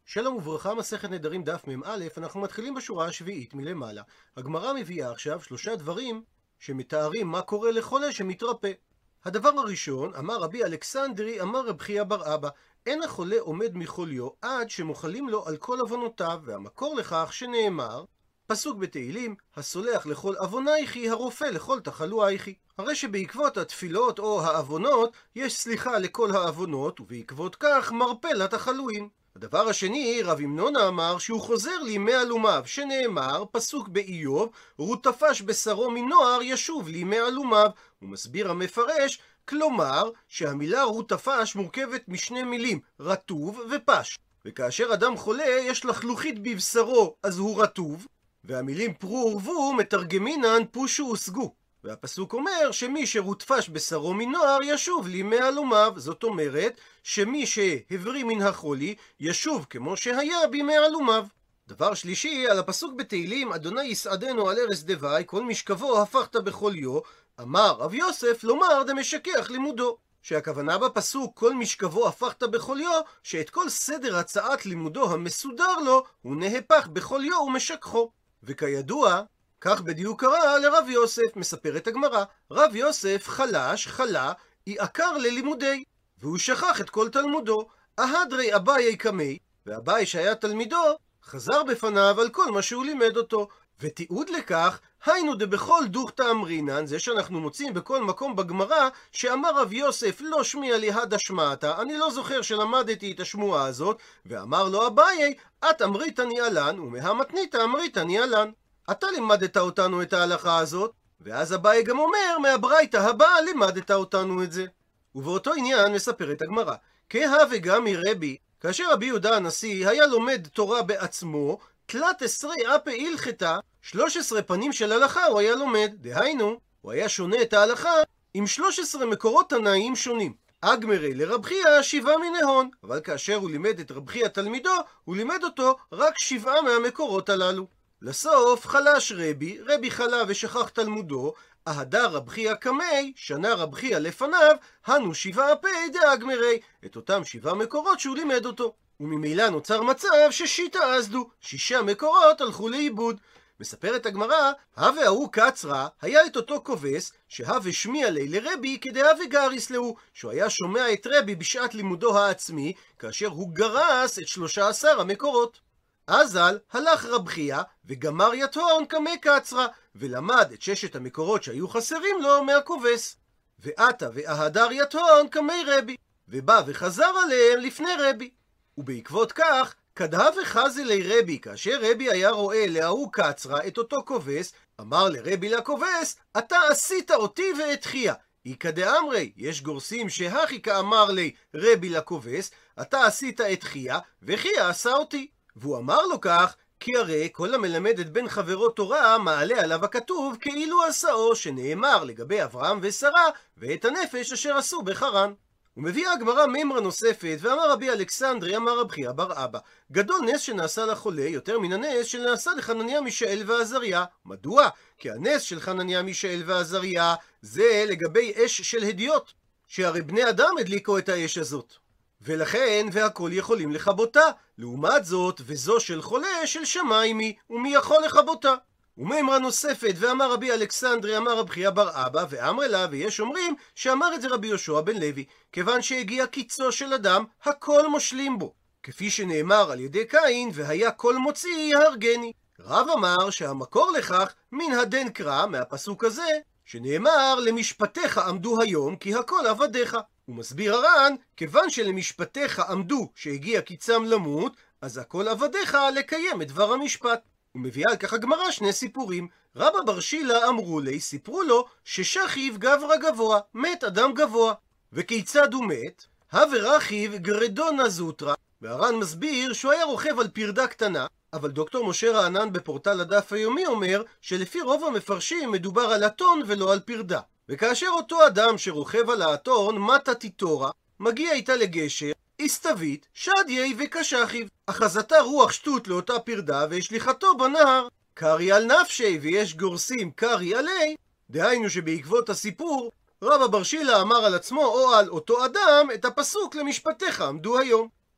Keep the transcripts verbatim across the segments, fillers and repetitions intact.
שלום וברכה, מסכת נדרים דף מ"א, אנחנו מתחילים בשורה השביעית מלמעלה. הגמרא מביאה עכשיו שלושה דברים שמתארים מה קורה לחולה שמתרפא. הדבר הראשון, אמר רבי אלכסנדרי, אמר רב חייא בר אבא, אין החולה עומד מחוליו עד שמוחלים לו על כל עוונותיו, והמקור לכך שנאמר, פסוק בתהילים, הסולח לכל עוונייכי, הרופא לכל תחלואייכי. הרי שבעקבות התפילות או העוונות יש סליחה לכל העוונות, ובעקבות כך מרפא לתחלואים. הדבר השני, רב ימנונה אמר שהוא חוזר לימי אלומיו, שנאמר, פסוק באיוב, רוטפש בשרו מנוער ישוב לימי אלומיו. הוא מסביר המפרש, כלומר שהמילה רוטפש מורכבת משני מילים, רטוב ופש. וכאשר אדם חולה יש לחלוכית בבשרו, אז הוא רטוב, והמילים פרו ורבו מתרגמינן פושו וסגו. והפסוק אומר שמי שרוטפש בשרו מנוער ישוב לימי אלומיו. זאת אומרת שמי שהבריא מן החולי ישוב כמו שהיה בימי אלומיו. דבר שלישי, על הפסוק בתהילים, אדוני יסעדנו על ערש דווי, כל משכבו הפכת בחוליו, אמר רב יוסף לומר דמשכח לימודו. שהכוונה בפסוק כל משכבו הפכת בחוליו, שאת כל סדר הצעת לימודו המסודר לו הוא נהפך בחוליו ומשכחו. וכידוע, כך בדיוק קרה לרב יוסף. מספרת הגמרא, רב יוסף חלש, חלה, עיקר ללימודי, והוא שכח את כל תלמודו. אהדרי אביי קמי, ואביי שהיה תלמידו, חזר בפניו על כל מה שהוא לימד אותו. ותיעוד לכך, היינו דבכל דוכתא אמרינן, זה שאנחנו מוצאים בכל מקום בגמרא, שאמר רב יוסף לא שמיע לי הדה שמעתה, אני לא זוכר שלמדתי את השמועה הזאת, ואמר לו אביי, את אמריתני עלן, ומהמתנית אמריתני עלן. אתה לימדת אותנו את ההלכה הזאת, ואז אביי גם אומר, מהברייתא הבאה לימדת אותנו את זה. ובאותו עניין מספרת הגמרא, כהווה גם מרבי, כאשר רבי יהודה הנשיא היה לומד תורה בעצמו, תלת עשרה אפי הלכתה, שלוש עשרה פנים של הלכה הוא היה לומד. דהיינו, הוא היה שונה את ההלכה עם שלוש עשרה מקורות תנאיים שונים. אגמרי לרב חייא שבעה מנהון, אבל כאשר הוא לימד את רב חייא תלמידו, הוא לימד אותו רק שבעה מהמקורות הללו. לסוף חלש רבי, רבי חלה ושכח תלמודו, אהדה רב חייא קמי, שנה רב חייא לפניו, הנו שבעה פי דאגמרי, את אותם שבעה מקורות שהוא לימד אותו. וממילא נוצר מצב ששיטה אזדו, שישה מקורות הלכו לאיבוד. מספרת הגמרא, הווה ההוא קצרה, היה את אותו כובס, שהווה שמיע לי לרבי כדהווה גריס להו, שהוא היה שומע את רבי בשעת לימודו העצמי, כאשר הוא גרס את שלושה עשר המקורות. אזל הלך רב חייא וגמר יתהון קמי קצרה, ולמד את ששת המקורות שהיו חסרים לו מהכובס. ועתה ואהדר יתהון קמי רבי, ובא וחזר עליהם לפני רבי. ובעקבות כך, כדהה וחזי לי רבי, כאשר רבי היה רואה להוא קצרה את אותו כובס, אמר לרבי לכובס, אתה עשית אותי ואת חייא. איכא דאמרי, יש גורסים שהכי כאמר לי רבי לכובס, אתה עשית את חייא, וחייא עשה אותי. והוא אמר לו כך, כי הרי כל המלמד את בן חברו תורה, מעלה עליו הכתוב כאילו עשאו, שנאמר לגבי אברהם ושרה, ואת הנפש אשר עשו בחרן. ומביאה הגמרא מימרה נוספת, ואמר רבי אלכסנדרי, אמר רב חייא בר אבא, גדול נס שנעשה לחולה יותר מן הנס שנעשה לחנניה מישאל ועזריה. מדוע? כי הנס של חנניה מישאל ועזריה זה לגבי אש של הדיוט, שהרי בני אדם הדליקו את האש הזאת, ולכן והכל יכולים לכבותה. לעומת זאת, וזו של חולה של שמיים היא, ומי יכול לכבותה? ומימרה נוספת, ואמר רבי אלכסנדרי, אמר רב חייא בר אבא, ואמר לה, ויש אומרים שאמר את זה רבי יהושע בן לוי, כיוון שהגיע קיצו של אדם, הכל מושלים בו, כפי שנאמר על ידי קין, והיה כל מוציא יהרגני. רב אמר שהמקור לכך מן הדן קרא, מהפסוק הזה, שנאמר למשפטיך עמדו היום, כי הכל עבדיך. הוא מסביר הר"ן, כיוון שלמשפטיך עמדו שהגיע קיצם למות, אז הכל עבדיך לקיים את דבר המשפט. הוא מביא על כך הגמרא שני סיפורים. רבא בר שילא אמרו לי, סיפרו לו ששכיב גברא גבוה, מת אדם גבוה. וכיצד הוא מת? הווה רכיב גרדונה זוטרא. והר"ן מסביר שהוא היה רוכב על פרדה קטנה, אבל דוקטור משה רענן בפורטל הדף היומי אומר שלפי רוב המפרשים מדובר על אתון ולא על פרדה. וכאשר אותו אדם שרוכב על האתון מטה תיתורה, מגיע איתה לגשר, הסתווית, שדייי וקשחיב, אחזתה רוח שטות לאותה פרדה והשליחתו בנהר. קרי על נפשי, ויש גורסים קרי עלי, דהיינו שבעקבות הסיפור רבא בר שילא אמר על עצמו או על אותו אדם את הפסוק למשפטיך עמדו היום.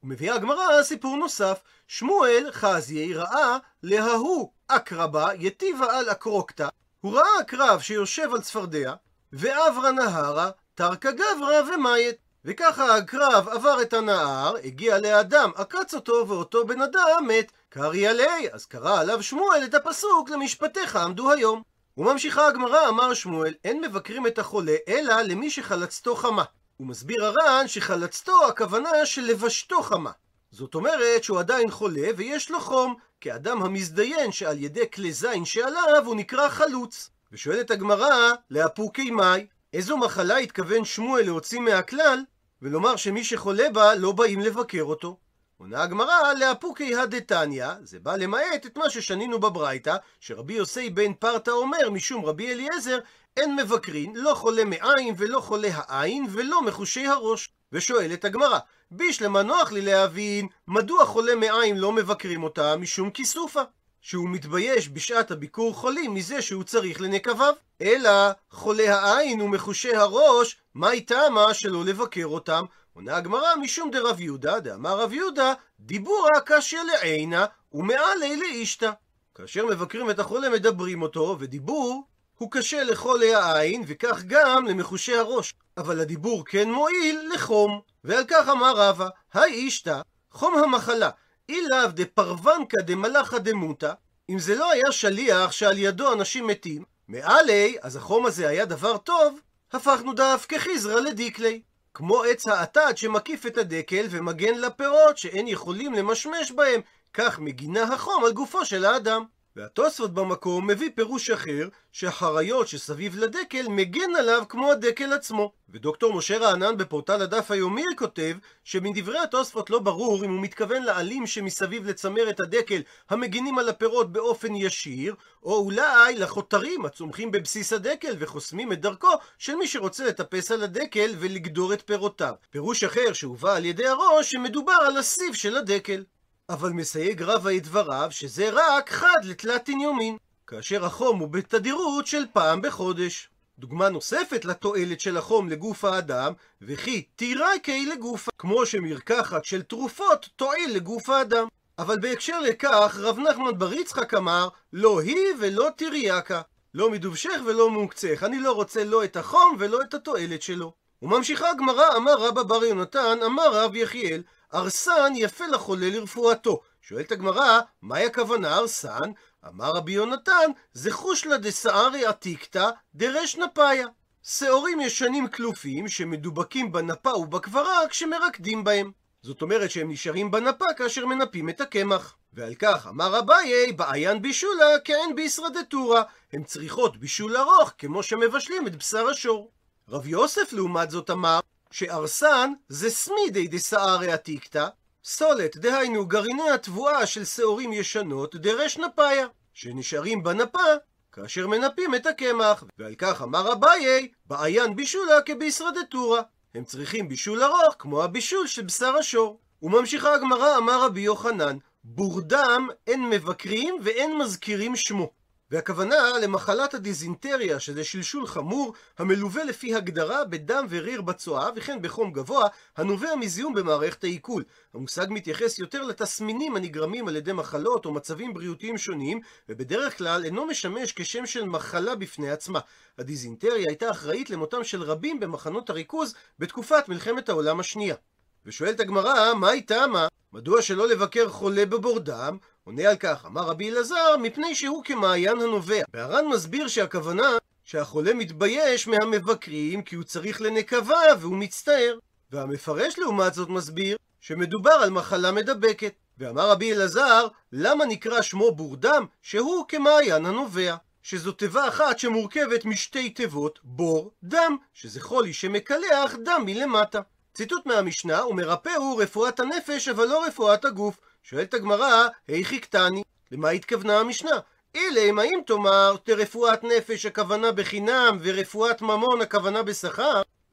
ומביאה הגמרא סיפור נוסף. שמואל חזיי ראה לההוא אקרבה יתיבה על אקרוקתא. הוא ראה עקרב שיושב על צפרדע, ועברה נהרה תרקא גברא ומית. וככה העקרב עבר את הנהר, הגיע לאדם, עקץ אותו, ואותו בן אדם מת. קריא עלי, אז קרא עליו שמואל את הפסוק למשפטיך עמדו היום. וממשיכה הגמרא, אמר שמואל, אין מבקרים את החולה אלא למי שחלצתו חמה. הוא מסביר הר"ן שחלצתו הכוונה שלבשתו חמה. זאת אומרת שהוא עדיין חולה ויש לו חום, כאדם המזדיין שעל ידי כלי זין שעליו הוא נקרא חלוץ. ושואלת הגמרא, לאפוקי מאי, איזו מחלה התכוון שמואל להוציא מהכלל ולומר שמי שחולה בה לא באים לבקר אותו? עונה הגמרא, לאפוקי הדתניא, זה בא למעט את מה ששנינו בברייתא, שרבי יוסי בן פרתא אומר משום רבי אליעזר, אין מבקרין, לא חולה מעין ולא חולה העין ולא מחושי הראש. ושואלת הגמרא, בישלמה נוח לי להבין, מדוע חולה מעין לא מבקרים אותה? משום כיסופה, שהוא מתבייש בשעת הביקור חולים מזה שהוא צריך לנקביו. אלא חולה העין ומחושי הראש, מה איתמה שלא לבקר אותם? עונה הגמרא, משום דרב יהודה, דאמר רב יהודה, דיבורה קשיא לעינה ומעלי לאישתא. כאשר מבקרים את החולה מדברים אותו, ודיבור הוא קשה לחולי העין, וכך גם למחושי הראש. אבל הדיבור כן מועיל לחום. ועל כך אמר רבא, היי אישתא, חום המחלה, אילאו דפרוונקא דמלאכא דמותא, אם זה לא היה שליח שעל ידו אנשים מתים, מעלי, אז החום הזה היה דבר טוב, הפכנו דף כחיזרא לדיקלי. כמו עץ האטד שמקיף את הדקל ומגן לפירות שאין יכולים למשמש בהם, כך מגינה החום על גופו של האדם. והתוספות במקום מביא פירוש אחר, שהחריות שסביב לדקל מגן עליו כמו הדקל עצמו. ודוקטור משה רענן בפורטל הדף היומי כותב שמדברי התוספות לא ברור אם הוא מתכוון לעלים שמסביב לצמרת הדקל המגינים על הפירות באופן ישיר, או אולי לחותרים הצומחים בבסיס הדקל וחוסמים את דרכו של מי שרוצה לטפס על הדקל ולגדור את פירותיו. פירוש אחר שהובא על ידי הראש שמדובר על הסיב של הדקל. אבל מסייג רבא את דבריו שזה רק חד לתלתין יומין, כאשר החום הוא בתדירות של פעם בחודש. דוגמה נוספת לתועלת של החום לגוף האדם, וכי תירקי לגוף, כמו שמרקחת של תרופות תועיל לגוף האדם. אבל בהקשר לכך, רב נחמן בר יצחק אמר, לא היא ולא תיריאקה, לא מדובשך ולא מוקצך, אני לא רוצה לא את החום ולא את התועלת שלו. וממשיכה הגמרא, אמר רבא בר יונתן, אמר רב יחיאל, ארסן יפה לחולה לרפואתו. שואלת הגמרא, מהי הכוונה ארסן? אמר רבי יונתן, זה חושלה דשערי עתיקתא דרש נפאיה. שעורים ישנים כלופים שמדובקים בנפה ובקברה כשמרקדים בהם. זאת אומרת שהם נשארים בנפה כאשר מנפים את הקמח. ועל כך אמר אביי, בעיין בישולה כאין בישרדתורה. הן צריכות בישול ארוך כמו שמבשלים את בשר השור. רב יוסף לעומת זאת אמר, שארסן זה סמידי דשערי עתיקתא, סולת, דהיינו גרעיני התבואה של שעורים ישנות דרש נפאיה, שנשארים בנפה כאשר מנפים את הקמח. ועל כך אמר אביי, בעיין בישולה כבישרדתורה. הם צריכים בישול ארוך כמו הבישול של בשר השור. וממשיכה הגמרא, אמר רבי יוחנן, בורדם אין מבקרים ואין מזכירים שמו. והכוונה למחלת הדיזינטריה, שזה שלשול חמור המלווה לפי הגדרה בדם וריר בצואה וכן בחום גבוה הנובע מזיהום במערכת העיכול. המושג מתייחס יותר לתסמינים הנגרמים על ידי מחלות או מצבים בריאותיים שונים, ובדרך כלל אינו משמש כשם של מחלה בפני עצמה. הדיזינטריה הייתה אחראית למותם של רבים במחנות הריכוז בתקופת מלחמת העולם השנייה. ושואלת הגמרא, מה איתה מה? מדוע שלא לבקר חולה בבורדם? עונה על כך, אמר רבי אלעזר, מפני שהוא כמעיין הנובע. והר"ן מסביר שהכוונה שהחולה מתבייש מהמבקרים כי הוא צריך לנקבה והוא מצטער. והמפרש לעומת זאת מסביר שמדובר על מחלה מדבקת. ואמר רבי אלעזר, למה נקרא שמו בורדם? שהוא כמעיין הנובע, שזו תיבה אחת שמורכבת משתי תיבות, בור, דם, שזה חולי שמקלח דם מלמטה. ציטוט מהמשנה, ומרפא הוא רפואת הנפש אבל לא רפואת הגוף. שואלת הגמרא, היכי קטני, למה התכוונה המשנה? אילם, האם תאמר תרפואת נפש הכוונה בחינם ורפואת ממון הכוונה בשכר?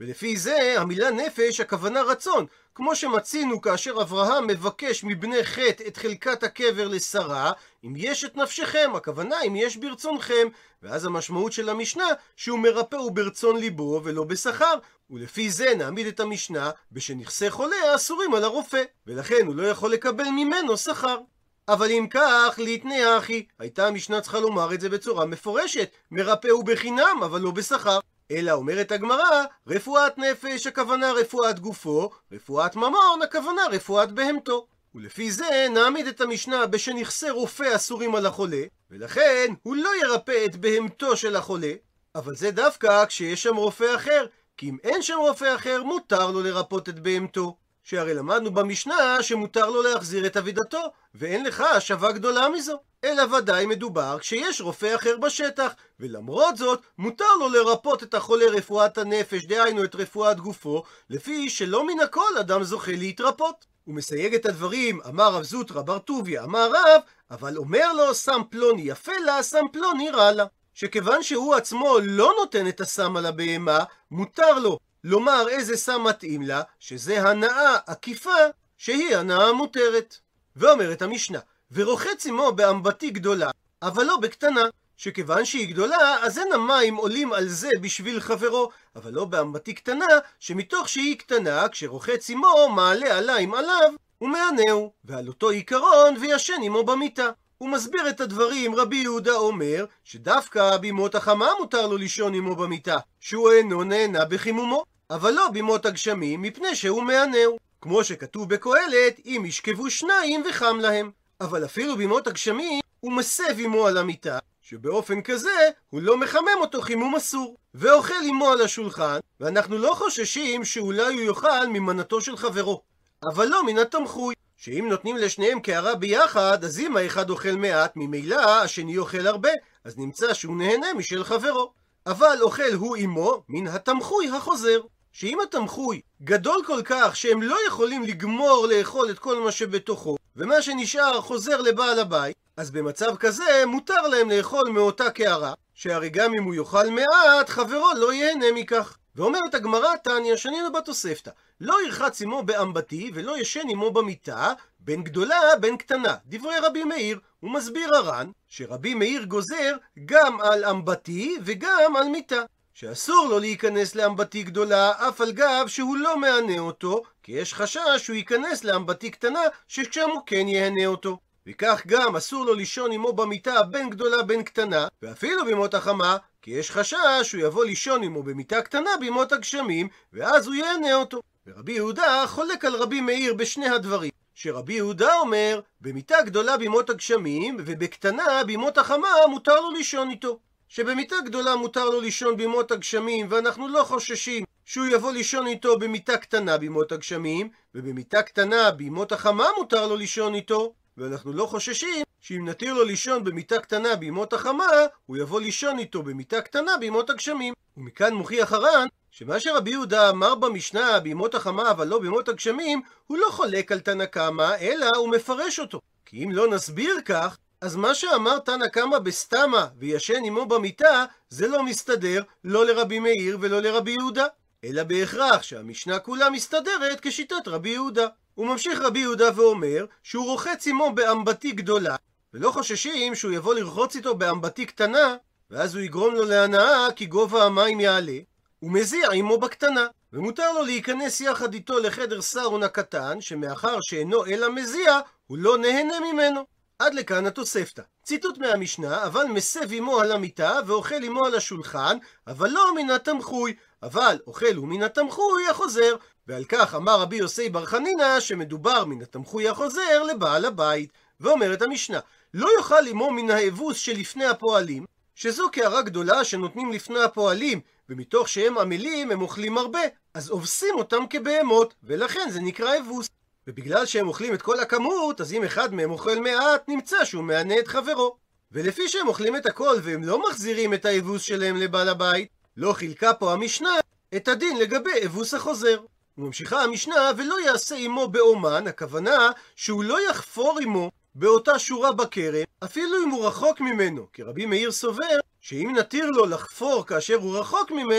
ולפי זה המילה נפש הכוונה רצון, כמו שמצינו כאשר אברהם מבקש מבני חטא את חלקת הקבר לשרה, אם יש את נפשכם, הכוונה אם יש ברצונכם, ואז המשמעות של המשנה שהוא מרפא הוא ברצון ליבו ולא בשכר, ולפי זה נעמיד את המשנה בשנכסי חולה האסורים על הרופא, ולכן הוא לא יכול לקבל ממנו שכר. אבל אם כך, ליתני אחי, הייתה המשנה צריכה לומר את זה בצורה מפורשת, מרפא הוא בחינם אבל לא בשכר. אלא אומרת הגמרא, רפואת נפש הכוונה רפואת גופו, רפואת ממון הכוונה רפואת בהמתו. ולפי זה נעמיד את המשנה בשנכסי רופא אסורים על החולה, ולכן הוא לא ירפא את בהמתו של החולה, אבל זה דווקא כשיש שם רופא אחר, כי אם אין שם רופא אחר מותר לו לרפות את בהמתו. שהרי למדנו במשנה שמותר לו להחזיר את אבידתו, ואין לך השבה גדולה מזו. אלא ודאי מדובר כשיש רופא אחר בשטח, ולמרות זאת מותר לו לרפות את החולה רפואת הנפש, דהיינו את רפואת גופו, לפי שלא מן הכל אדם זוכה להתרפות. הוא מסייג את הדברים, אמר רב זוטרא בר טוביה, אמר רב, אבל אומר לו סם פלוני יפה לה, סם פלוני רע לה. שכיוון שהוא עצמו לא נותן את הסם על הבהמה, מותר לו לומר איזה סם מתאים לה, שזה הנאה עקיפה, שהיא הנאה מותרת. ואומרת המשנה, ורוחץ עמו באמבטי גדולה, אבל לא בקטנה, שכיוון שהיא גדולה, אז אין המים עולים על זה בשביל חברו, אבל לא באמבטי קטנה, שמתוך שהיא קטנה, כשרוחץ עמו מעלה עליים עליו, ומענהו, ועל אותו עיקרון וישן עמו במיטה. הוא מסביר את הדברים, רבי יהודה אומר, שדווקא בימות החמה מותר לו לישון עמו במיטה, שהוא אינו נהנה בחימומו, אבל לא בימות הגשמים, מפני שהוא מענהו. כמו שכתוב בקהלת, אם ישכבו שניים וחם להם. אבל אפילו בימות הגשמים, הוא מסב עמו על המיטה, שבאופן כזה הוא לא מחמם אותו חימום אסור, ואוכל עמו על השולחן, ואנחנו לא חוששים שאולי הוא יאכל ממנתו של חברו, אבל לא מן התמחוי, שאם נותנים לשניהם קערה ביחד, אז אם האחד אוכל מעט, ממילא השני אוכל הרבה, אז נמצא שהוא נהנה משל חברו. אבל אוכל הוא עמו מן התמחוי החוזר, שאם התמחוי גדול כל כך שהם לא יכולים לגמור לאכול את כל מה שבתוכו, ומה שנשאר חוזר לבעל הבית, אז במצב כזה מותר להם לאכול מאותה קערה, שהרי גם אם הוא יאכל מעט, חברו לא ייהנה מכך. ואומרת הגמרא תניא, שנינו בתוספתא, לא ירחץ עמו באמבטי ולא ישן עמו במיטה, בין גדולה בין קטנה. דברי רבי מאיר. הוא מסביר הר"ן שרבי מאיר גוזר גם על אמבטי וגם על מיטה, שאסור לו להיכנס לאמבטי גדולה אף על גב שהוא לא מענה אותו, כי יש חשש שהוא ייכנס לאמבטי קטנה ששם הוא כן יהנה אותו. וכך גם אסור לו לישון עמו במיטה בין גדולה בין קטנה, ואפילו בימות החמה, כי יש חשש שהוא יבוא לישון עמו במיטה קטנה בימות הגשמים, ואז הוא יהנה אותו. ורבי יהודה חולק על רבי מאיר בשני הדברים, שרבי יהודה אומר, במיטה גדולה בימות הגשמים, ובקטנה בימות החמה מותר לו לישון איתו. שבמיטה גדולה מותר לו לישון בימות הגשמים, ואנחנו לא חוששים שהוא יבוא לישון איתו במיטה קטנה בימות הגשמים, ובמיטה קטנה בימות החמה מותר לו לישון איתו, ואנחנו לא חוששים שאם נתיר לו לישון במיטה קטנה בימות החמה, הוא יבוא לישון איתו במיטה קטנה בימות הגשמים. ומכאן מוכיח הר"ן שמה שרבי יהודה אמר במשנה בימות החמה אבל לא בימות הגשמים, הוא לא חולק על תנא קמא, אלא הוא מפרש אותו. כי אם לא נסביר כך, אז מה שאמר תנא קמא בסתמא וישן עמו במיטה, זה לא מסתדר לא לרבי מאיר ולא לרבי יהודה, אלא בהכרח שהמשנה כולה מסתדרת כשיטת רבי יהודה. הוא ממשיך רבי יהודה ואומר שהוא רוחץ עמו באמבטי גדולה, ולא חוששים שהוא יבוא לרחוץ איתו באמבטי קטנה, ואז הוא יגרום לו להנאה כי גובה המים יעלה. הוא מזיע עמו בקטנה, ומותר לו להיכנס יחד איתו לחדר סאונה קטן, שמאחר שאינו אלא מזיע, הוא לא נהנה ממנו. עד לכאן התוספתא. ציטוט מהמשנה, אבל מסב עמו על המיטה ואוכל עמו על השולחן, אבל לא מן התמחוי, אבל אוכל הוא מן התמחוי החוזר. ועל כך אמר רבי יוסי בר חנינא שמדובר מן התמחוי החוזר לבעל הבית. ואומרת המשנה, לא יאכל עמו מן האבוס שלפני הפועלים, שזו קערה גדולה שנותנים לפני הפועלים, ומתוך שהם עמלים הם אוכלים הרבה, אז אובסים אותם כבהמות, ולכן זה נקרא אבוס. ובגלל שהם אוכלים את כל הכמות, אז אם אחד מהם אוכל מעט, נמצא שהוא מענה את חברו. ולפי שהם אוכלים את הכל והם לא מחזירים את האבוס שלהם לבעל הבית, לא חילקה פה המשנה את הדין לגבי אבוס החוזר. וממשיכה המשנה, ולא יעשה עמו באומן, הכוונה שהוא לא יחפור עמו באותה שורה בכרם, אפילו אם הוא רחוק ממנו, כי רבי מאיר סובר שאם נתיר לו לחפור כאשר הוא רחוק ממנו,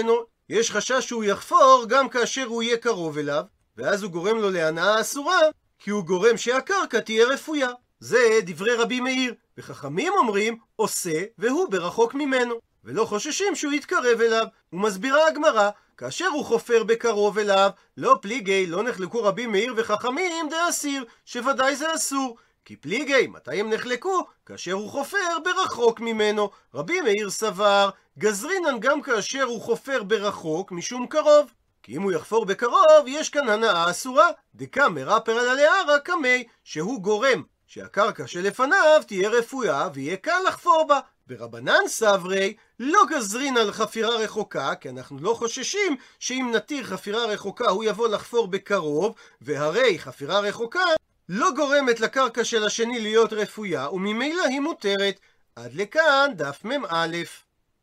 יש חשש שהוא יחפור גם כאשר הוא יהיה קרוב אליו, ואז הוא גורם לו להנאה אסורה, כי הוא גורם שהקרקע תהיה רפויה. זה דברי רבי מאיר, וחכמים אומרים עושה והוא ברחוק ממנו, ולא חוששים שהוא יתקרב אליו. ומסבירה הגמרא, כאשר הוא חופר בקרוב אליו, לא פליגי, לא נחלקו רבי מאיר וחכמים דאסיר, שוודאי זה אסור. כי פליגי, מתי הם נחלקו? כאשר הוא חופר ברחוק ממנו. רבי מאיר סבר, גזרינן גם כאשר הוא חופר ברחוק משום קרוב. כי אם הוא יחפור בקרוב, יש כאן הנאה אסורה. דקה מרפר על הלהרה קמי, שהוא גורם שהקרקע שלפניו תהיה רפויה ויהיה קל לחפור בה. ברבנן סברי, לא גזרין על חפירה רחוקה, כי אנחנו לא חוששים שאם נתיר חפירה רחוקה הוא יבוא לחפור בקרוב, והרי חפירה רחוקה לא גורמת לקרקע של השני להיות רפויה, וממילא היא מותרת. עד לכאן דף מ"א.